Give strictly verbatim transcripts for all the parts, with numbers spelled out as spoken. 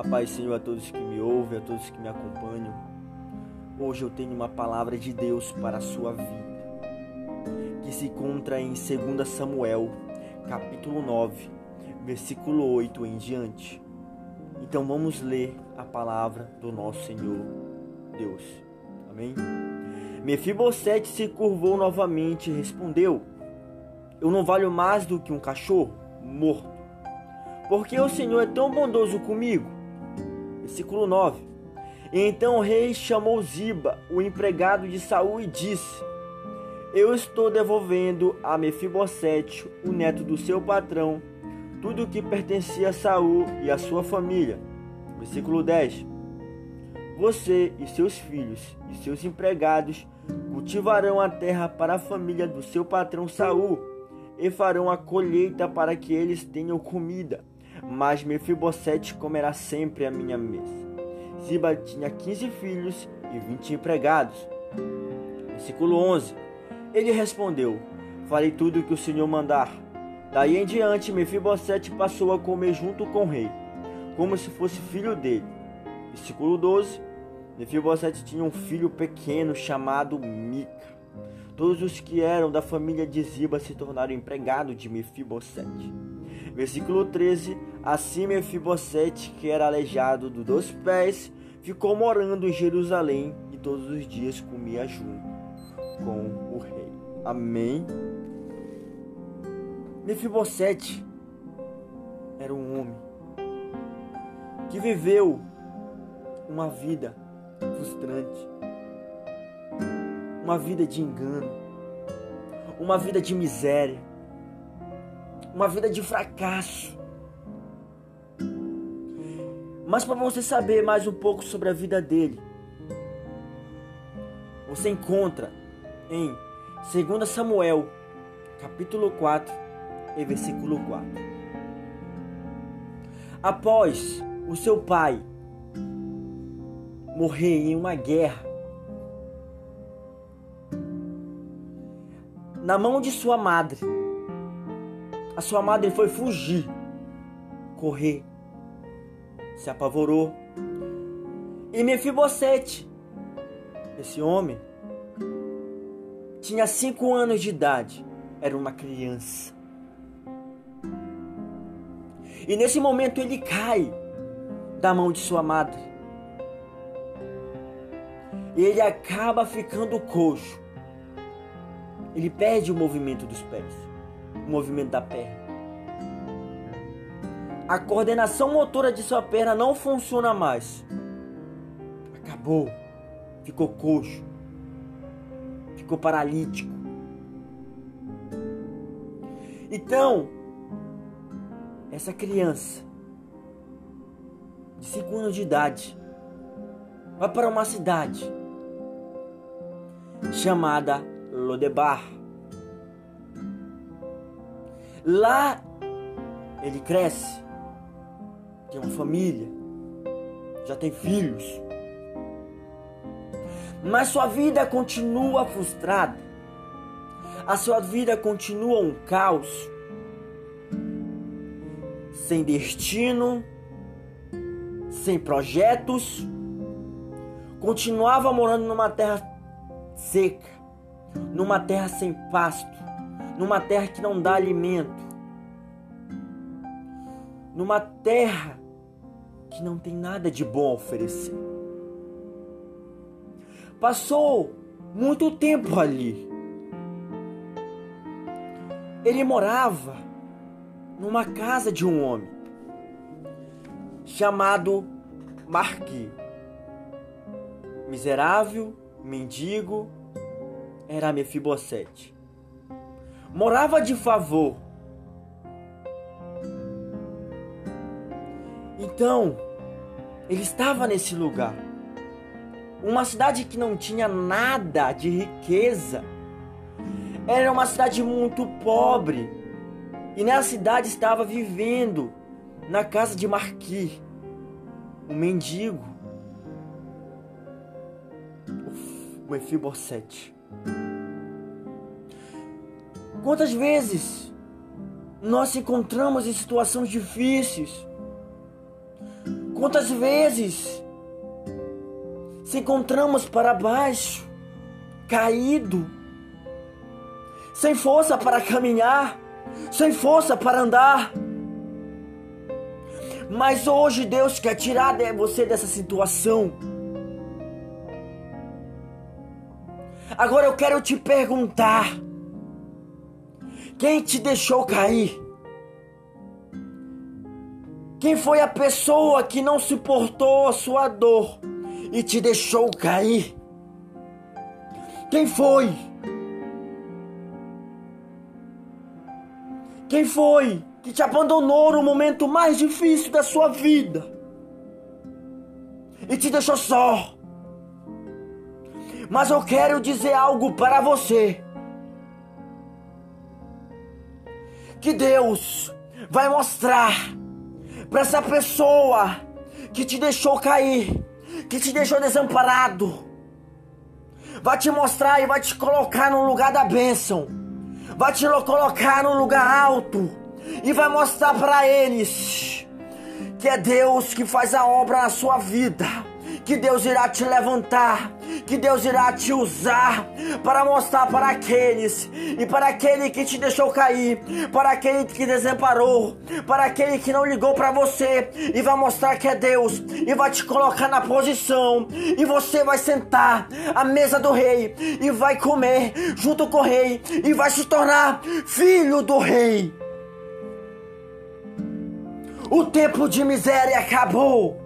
paz, Senhor, a todos que me ouvem, a todos que me acompanham. Hoje eu tenho uma palavra de Deus para a sua vida, que se encontra em dois Samuel, capítulo nove, versículo oito em diante. Então vamos ler a palavra do nosso Senhor Deus. Amém? Mefibosete se curvou novamente e respondeu: Eu não valho mais do que um cachorro morto, porque o Senhor é tão bondoso comigo. Versículo nove. E então o rei chamou Ziba, o empregado de Saul, e disse: Eu estou devolvendo a Mefibosete, o neto do seu patrão, tudo o que pertencia a Saul e a sua família. Versículo dez. Você e seus filhos e seus empregados cultivarão a terra para a família do seu patrão Saul e farão a colheita para que eles tenham comida, mas Mefibosete comerá sempre à minha mesa. Ziba tinha quinze filhos e vinte empregados. Versículo onze. Ele respondeu: Farei tudo o que o Senhor mandar. Daí em diante, Mefibosete passou a comer junto com o rei, como se fosse filho dele. Versículo doze. Mefibosete tinha um filho pequeno chamado Mica. Todos os que eram da família de Ziba se tornaram empregados de Mefibosete. Versículo treze. Assim Mefibosete, que era aleijado dos dois pés, ficou morando em Jerusalém e todos os dias comia junto com o rei. Amém? Mefibosete era um homem que viveu uma vida frustrante, uma vida de engano, uma vida de miséria, uma vida de fracasso. Mas para você saber mais um pouco sobre a vida dele, você encontra em dois Samuel, capítulo quatro, e versículo quatro. Após o seu pai morrer em uma guerra, na mão de sua madre, a sua madre foi fugir, correr, se apavorou. E Mefibosete, esse homem, tinha cinco anos de idade, era uma criança. E nesse momento ele cai da mão de sua madre. E ele acaba ficando coxo. Ele perde o movimento dos pés, o movimento da perna. A coordenação motora de sua perna não funciona mais. Acabou. Ficou coxo. Ficou paralítico. Então, essa criança de cinco anos de idade vai para uma cidade chamada Lodebar. Lá ele cresce, tem uma família, já tem filhos, mas sua vida continua frustrada, a sua vida continua um caos, sem destino, sem projetos. Continuava morando numa terra seca, numa terra sem pasto, numa terra que não dá alimento, numa terra que não tem nada de bom a oferecer. Passou muito tempo ali. Ele morava numa casa de um homem chamado Marqui. Miserável, mendigo, era Mefibosete. Morava de favor. Então, ele estava nesse lugar. Uma cidade que não tinha nada de riqueza. Era uma cidade muito pobre. E nessa cidade estava vivendo, na casa de Marqui, um mendigo, o Mefibosete. Quantas vezes nós nos encontramos em situações difíceis, Quantas vezes se encontramos para baixo, caído, sem força para caminhar, sem força para andar. Mas hoje Deus quer tirar você dessa situação. Agora eu quero te perguntar: quem te deixou cair? Quem foi a pessoa que não suportou a sua dor e te deixou cair? Quem foi? Quem foi que te abandonou no momento mais difícil da sua vida e te deixou só? Mas eu quero dizer algo para você: que Deus vai mostrar para essa pessoa que te deixou cair, que te deixou desamparado, vai te mostrar e vai te colocar no lugar da bênção, vai te colocar no lugar alto e vai mostrar para eles que é Deus que faz a obra na sua vida, que Deus irá te levantar, que Deus irá te usar para mostrar para aqueles e para aquele que te deixou cair, para aquele que desamparou, para aquele que não ligou para você, e vai mostrar que é Deus e vai te colocar na posição, e você vai sentar à mesa do rei e vai comer junto com o rei e vai se tornar filho do rei. O tempo de miséria acabou.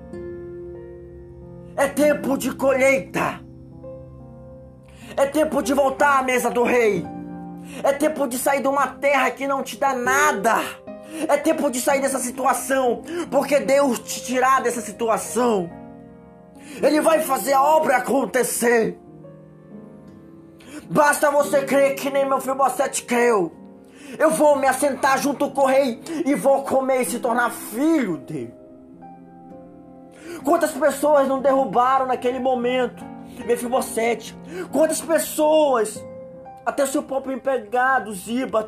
É tempo de colheita. É tempo de voltar à mesa do rei. É tempo de sair de uma terra que não te dá nada. É tempo de sair dessa situação, porque Deus te tirar dessa situação. Ele vai fazer a obra acontecer. Basta você crer que nem Mefibosete creu. Eu vou me assentar junto com o rei e vou comer e se tornar filho dele. Quantas pessoas não derrubaram naquele momento Mefibosete? Quantas pessoas, até seu próprio empregado Ziba,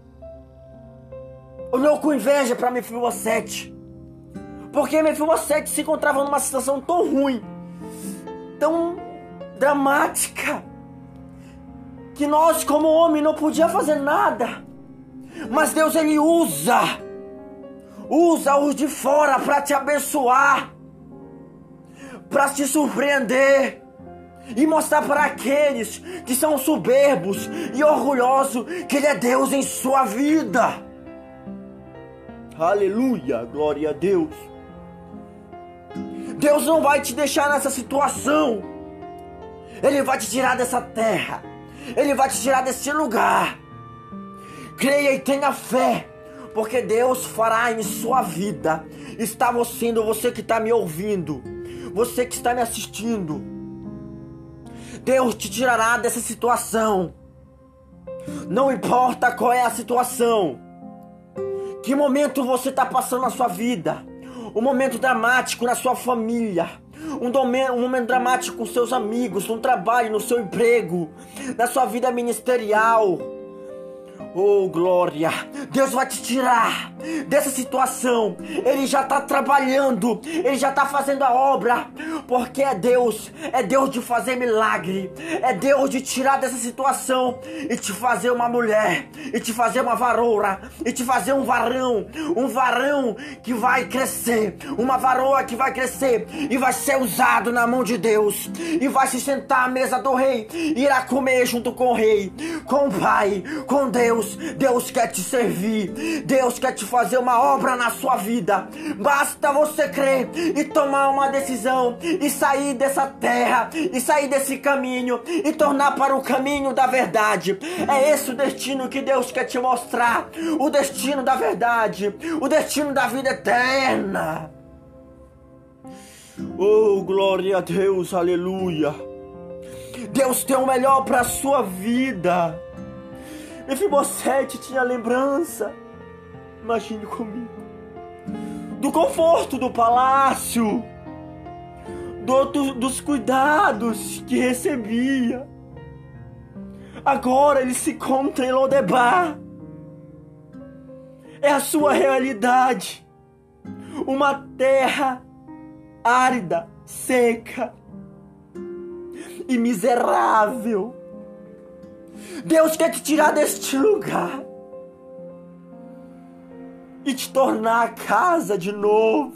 olhou com inveja para Mefibosete, porque Mefibosete se encontrava numa situação tão ruim, tão dramática, que nós como homem não podíamos fazer nada. Mas Deus, Ele usa Usa os de fora para te abençoar, para te surpreender e mostrar para aqueles que são soberbos e orgulhosos que Ele é Deus em sua vida. Aleluia, glória a Deus. Deus não vai te deixar nessa situação. Ele vai te tirar dessa terra. Ele vai te tirar desse lugar. Creia e tenha fé, porque Deus fará em sua vida. Está sendo você que está me ouvindo, você que está me assistindo. Deus te tirará dessa situação. Não importa qual é a situação, que momento você está passando na sua vida, um momento dramático na sua família, um, domen- um momento dramático com seus amigos, no trabalho, no seu emprego, na sua vida ministerial. Oh, glória! Deus vai te tirar dessa situação. Ele já está trabalhando, Ele já está fazendo a obra, porque é Deus, é Deus de fazer milagre, é Deus de tirar dessa situação e te fazer uma mulher, e te fazer uma varoura, e te fazer um varão, um varão que vai crescer, uma varoa que vai crescer e vai ser usado na mão de Deus, e vai se sentar à mesa do rei, e irá comer junto com o rei, com o Pai, com Deus. Deus quer te servir, Deus quer te fazer uma obra na sua vida. Basta você crer e tomar uma decisão e sair dessa terra, e sair desse caminho e tornar para o caminho da verdade. É esse o destino que Deus quer te mostrar, o destino da verdade, o destino da vida eterna. Oh, glória a Deus, aleluia. Deus tem o melhor para a sua vida. Mefibosete tinha lembrança, imagine comigo, do conforto do palácio, do, do, dos cuidados que recebia. Agora ele se encontra em Lodebar. É a sua realidade, uma terra árida, seca e miserável. Deus quer te tirar deste lugar e te tornar a casa de novo.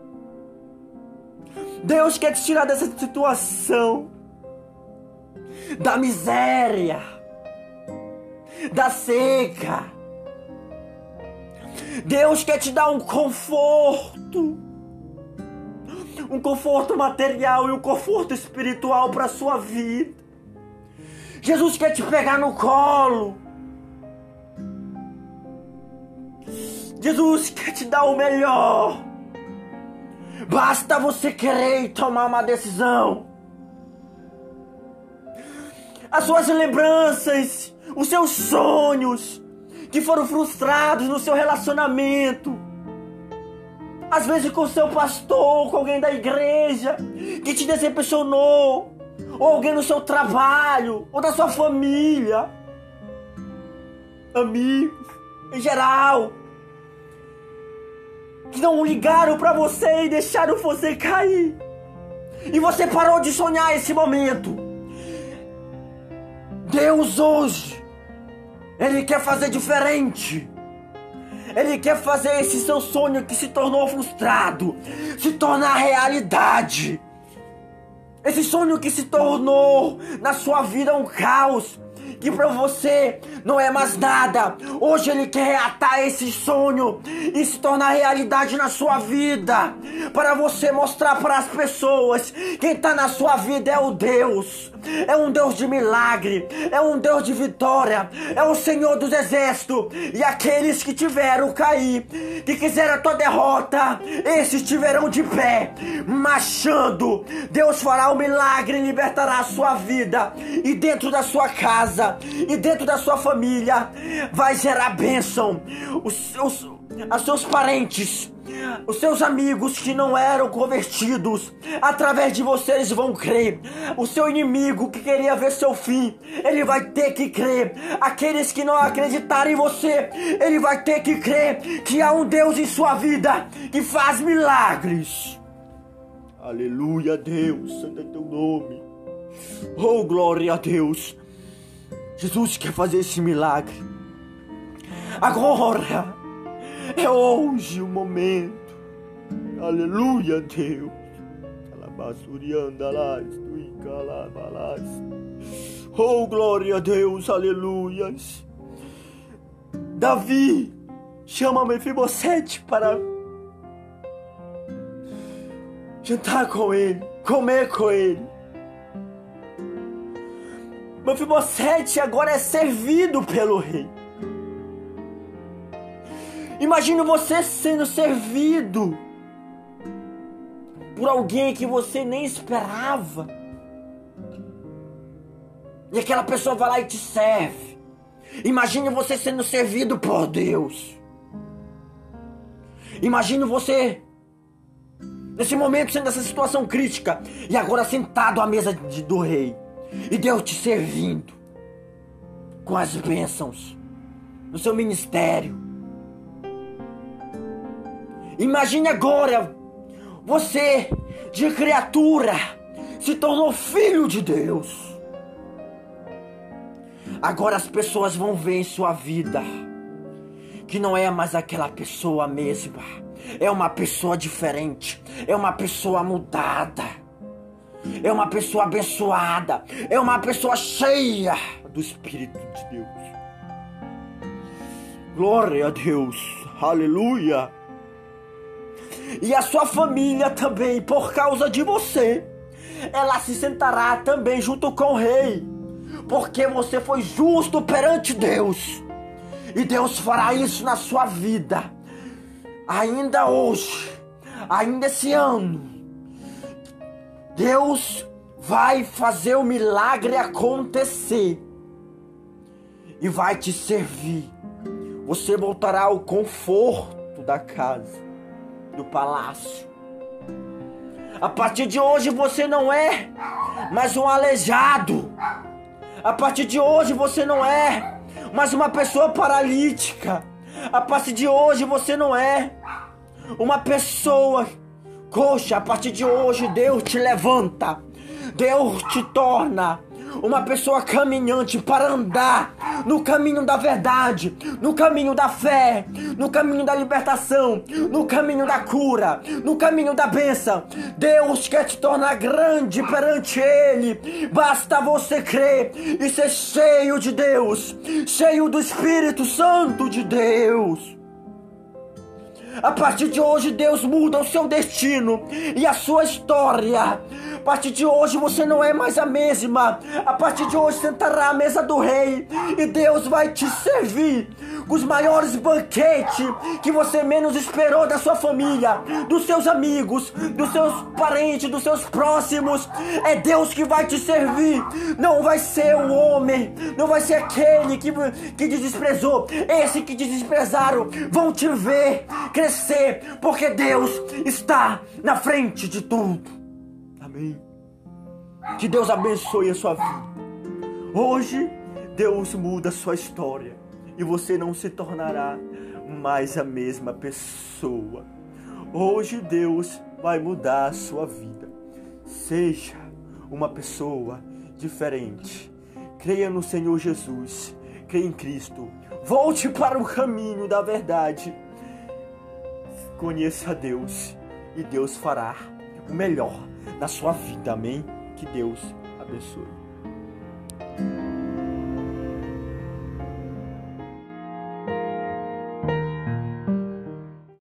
Deus quer te tirar dessa situação, da miséria, da seca. Deus quer te dar um conforto, um conforto material e um conforto espiritual para a sua vida. Jesus quer te pegar no colo. Jesus quer te dar o melhor. Basta você querer e tomar uma decisão. As suas lembranças, os seus sonhos que foram frustrados no seu relacionamento, às vezes com o seu pastor, com alguém da igreja que te decepcionou, ou alguém no seu trabalho, ou da sua família, amigos, em geral, que não ligaram pra você e deixaram você cair, e você parou de sonhar esse momento. Deus hoje, Ele quer fazer diferente. Ele quer fazer esse seu sonho que se tornou frustrado se tornar realidade. Esse sonho que se tornou na sua vida um caos, que para você não é mais nada. Hoje Ele quer reatar esse sonho e se tornar realidade na sua vida, para você mostrar para as pessoas: quem está na sua vida é o Deus, é um Deus de milagre, é um Deus de vitória, é o Senhor dos exércitos. E aqueles que tiveram cair, que quiseram a tua derrota, esses estiverão de pé, marchando. Deus fará um milagre e libertará a sua vida, e dentro da sua casa, e dentro da sua família vai gerar bênção. Os, os, os seus parentes, os seus amigos que não eram convertidos, através de você eles vão crer. O seu inimigo que queria ver seu fim, ele vai ter que crer. Aqueles que não acreditaram em você, ele vai ter que crer que há um Deus em sua vida que faz milagres. Aleluia, Deus, santo é teu nome. Oh, glória a Deus. Jesus quer fazer esse milagre agora. É hoje o momento. Aleluia, Deus. Oh, glória a Deus, aleluia. Davi chama Mefibosete para jantar com ele, comer com ele. Mefibosete agora é servido pelo rei. Imagine você sendo servido por alguém que você nem esperava. E aquela pessoa vai lá e te serve. Imagine você sendo servido por Deus. Imagine você nesse momento sendo essa situação crítica e agora sentado à mesa de, do rei. E Deus te servindo com as bênçãos no seu ministério. Imagine agora você, de criatura, se tornou filho de Deus. Agora as pessoas vão ver em sua vida que não é mais aquela pessoa mesma. É uma pessoa diferente. É uma pessoa mudada. É uma pessoa abençoada. É uma pessoa cheia do Espírito de Deus. Glória a Deus. Aleluia. E a sua família também, por causa de você, ela se sentará também junto com o rei. Porque você foi justo perante Deus. E Deus fará isso na sua vida. Ainda hoje, ainda esse ano, Deus vai fazer o milagre acontecer e vai te servir. Você voltará ao conforto da casa, do palácio. A partir de hoje você não é mais um aleijado. A partir de hoje você não é mais uma pessoa paralítica. A partir de hoje você não é uma pessoa Coxa, a partir de hoje Deus te levanta. Deus te torna uma pessoa caminhante para andar no caminho da verdade, no caminho da fé, no caminho da libertação, no caminho da cura, no caminho da bênção. Deus quer te tornar grande perante Ele. Basta você crer e ser cheio de Deus, cheio do Espírito Santo de Deus. A partir de hoje Deus muda o seu destino e a sua história. A partir de hoje você não é mais a mesma. A partir de hoje sentará à mesa do rei e Deus vai te servir com os maiores banquetes que você menos esperou da sua família, dos seus amigos, dos seus parentes, dos seus próximos. É Deus que vai te servir. Não vai ser o homem, não vai ser aquele que, que te desprezou. Esse que te desprezaram vão te ver crescer, porque Deus está na frente de tudo. Amém. Que Deus abençoe a sua vida. Hoje Deus muda a sua história e você não se tornará mais a mesma pessoa. Hoje Deus vai mudar a sua vida. Seja uma pessoa diferente. Creia no Senhor Jesus. Creia em Cristo. Volte para o caminho da verdade. Conheça Deus e Deus fará o melhor na sua vida. Amém? Que Deus abençoe.